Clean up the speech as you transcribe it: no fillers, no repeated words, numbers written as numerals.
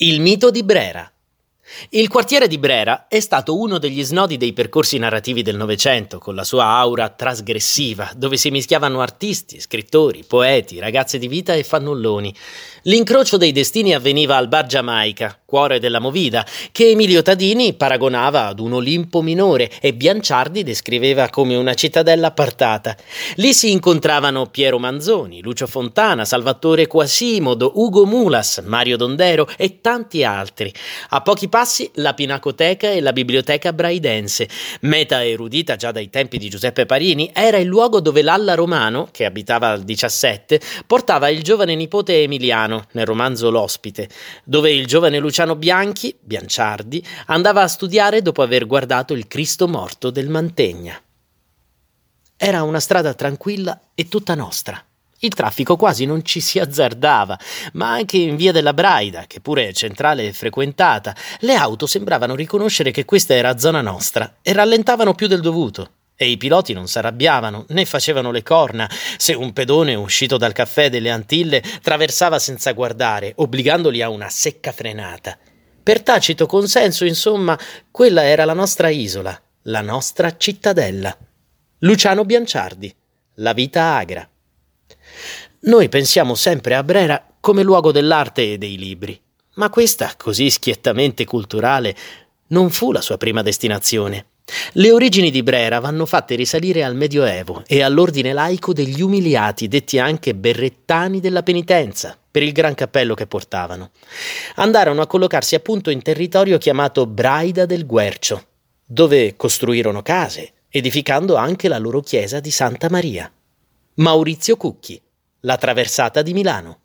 Il mito di Brera. Il quartiere di Brera è stato uno degli snodi dei percorsi narrativi del Novecento, con la sua aura trasgressiva, dove si mischiavano artisti, scrittori, poeti, ragazze di vita e fannulloni. L'incrocio dei destini avveniva al Bar Giamaica, cuore della movida, che Emilio Tadini paragonava ad un Olimpo minore e Bianciardi descriveva come una cittadella appartata. Lì si incontravano Piero Manzoni, Lucio Fontana, Salvatore Quasimodo, Ugo Mulas, Mario Dondero e tanti altri. A pochi passi la Pinacoteca e la Biblioteca Braidense. Meta erudita già dai tempi di Giuseppe Parini, era il luogo dove Lalla Romano, che abitava al 17, portava il giovane nipote Emiliano, nel romanzo L'ospite, dove il giovane Luciano Bianchi, Bianciardi, andava a studiare dopo aver guardato il Cristo morto del Mantegna. Era una strada tranquilla e tutta nostra. Il traffico quasi non ci si azzardava, ma anche in via della Braida, che pure è centrale e frequentata, le auto sembravano riconoscere che questa era zona nostra e rallentavano più del dovuto. E i piloti non s'arrabbiavano, né facevano le corna, se un pedone uscito dal caffè delle Antille traversava senza guardare, obbligandoli a una secca frenata. Per tacito consenso, insomma, quella era la nostra isola, la nostra cittadella. Luciano Bianciardi, La vita agra. Noi pensiamo sempre a Brera come luogo dell'arte e dei libri, ma questa, così schiettamente culturale, non fu la sua prima destinazione. Le origini di Brera vanno fatte risalire al Medioevo e all'ordine laico degli umiliati, detti anche berrettani della penitenza, per il gran cappello che portavano. Andarono a collocarsi appunto in territorio chiamato Braida del Guercio, dove costruirono case, edificando anche la loro chiesa di Santa Maria. Maurizio Cucchi, La traversata di Milano.